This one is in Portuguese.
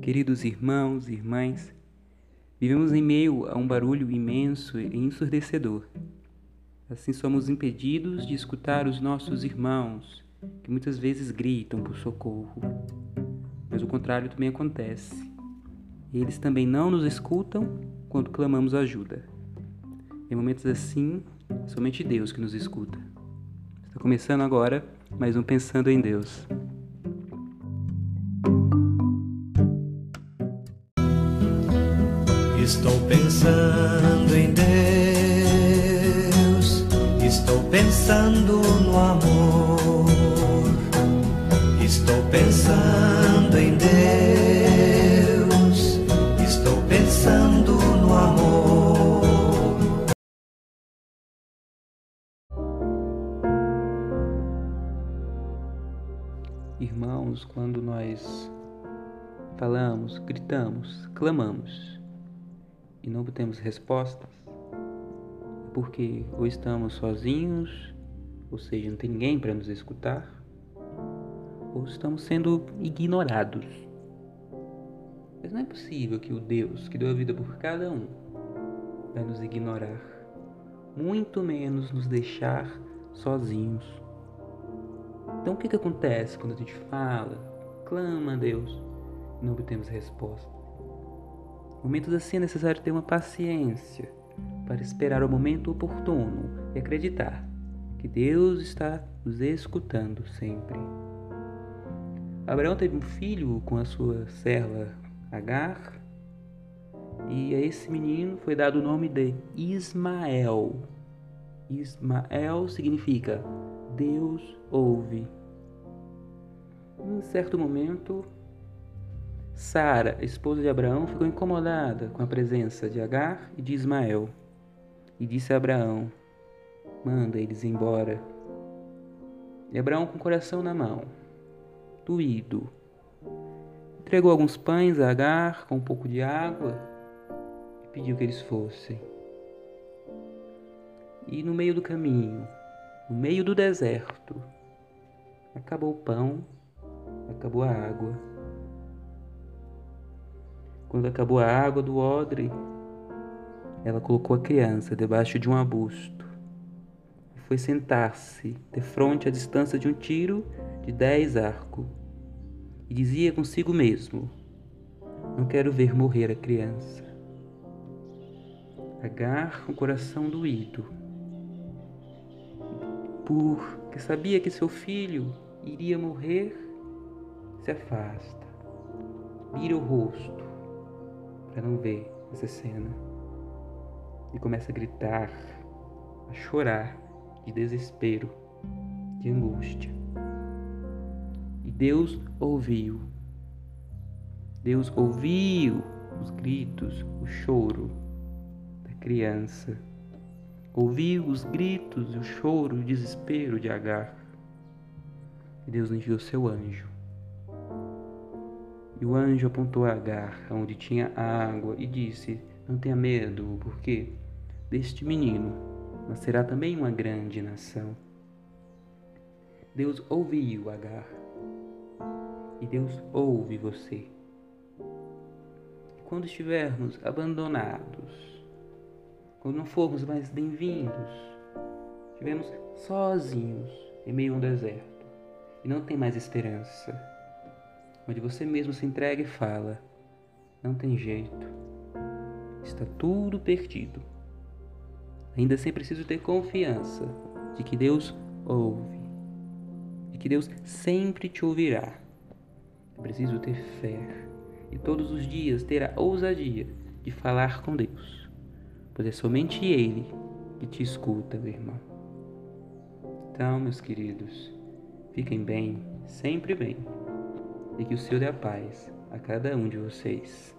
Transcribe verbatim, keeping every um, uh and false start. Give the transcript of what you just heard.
Queridos irmãos e irmãs, vivemos em meio a um barulho imenso e ensurdecedor. Assim somos impedidos de escutar os nossos irmãos, que muitas vezes gritam por socorro. Mas o contrário também acontece. Eles também não nos escutam quando clamamos ajuda. Em momentos assim, é somente Deus que nos escuta. Está começando agora mais um Pensando em Deus. Estou pensando em Deus, estou pensando no amor, estou pensando em Deus, estou pensando no amor. Irmãos, quando nós falamos, gritamos, clamamos e não obtemos respostas, é porque ou estamos sozinhos, ou seja, não tem ninguém para nos escutar, ou estamos sendo ignorados. Mas não é possível que o Deus que deu a vida por cada um vai nos ignorar, muito menos nos deixar sozinhos. Então o que, que acontece quando a gente fala, clama a Deus e não obtemos resposta? Em momentos assim é necessário ter uma paciência para esperar o momento oportuno e acreditar que Deus está nos escutando sempre. Abraão teve um filho com a sua serva Agar, e a esse menino foi dado o nome de Ismael. Ismael significa Deus ouve. Em um certo momento, Sara, esposa de Abraão, ficou incomodada com a presença de Agar e de Ismael e disse a Abraão: manda eles embora. E Abraão, com o coração na mão, doído, entregou alguns pães a Agar com um pouco de água e pediu que eles fossem. E no meio do caminho, no meio do deserto, acabou o pão, acabou a água. Quando acabou a água do odre, ela colocou a criança debaixo de um arbusto e foi sentar-se defronte à distância de um tiro de dez arcos e dizia consigo mesmo: não quero ver morrer a criança. Agar, com o coração doído, porque sabia que seu filho iria morrer, se afasta, vira o rosto para não ver essa cena e começa a gritar, a chorar de desespero, de angústia. E Deus ouviu. Deus ouviu os gritos, o choro da criança. Ouviu os gritos, o choro, o desespero de Agar. E Deus enviou seu anjo. E o anjo apontou a Agar, onde tinha água, e disse: não tenha medo, porque deste menino nascerá também uma grande nação. Deus ouviu Agar. E Deus ouve você. E quando estivermos abandonados, quando não formos mais bem-vindos, estivermos sozinhos em meio a um deserto e não tem mais esperança, onde você mesmo se entrega e fala: não tem jeito, está tudo perdido. Ainda assim é preciso ter confiança de que Deus ouve, de que Deus sempre te ouvirá. É preciso ter fé e todos os dias ter a ousadia de falar com Deus, pois é somente Ele que te escuta, meu irmão. Então, meus queridos, fiquem bem, sempre bem, e que o Senhor dê a paz a cada um de vocês.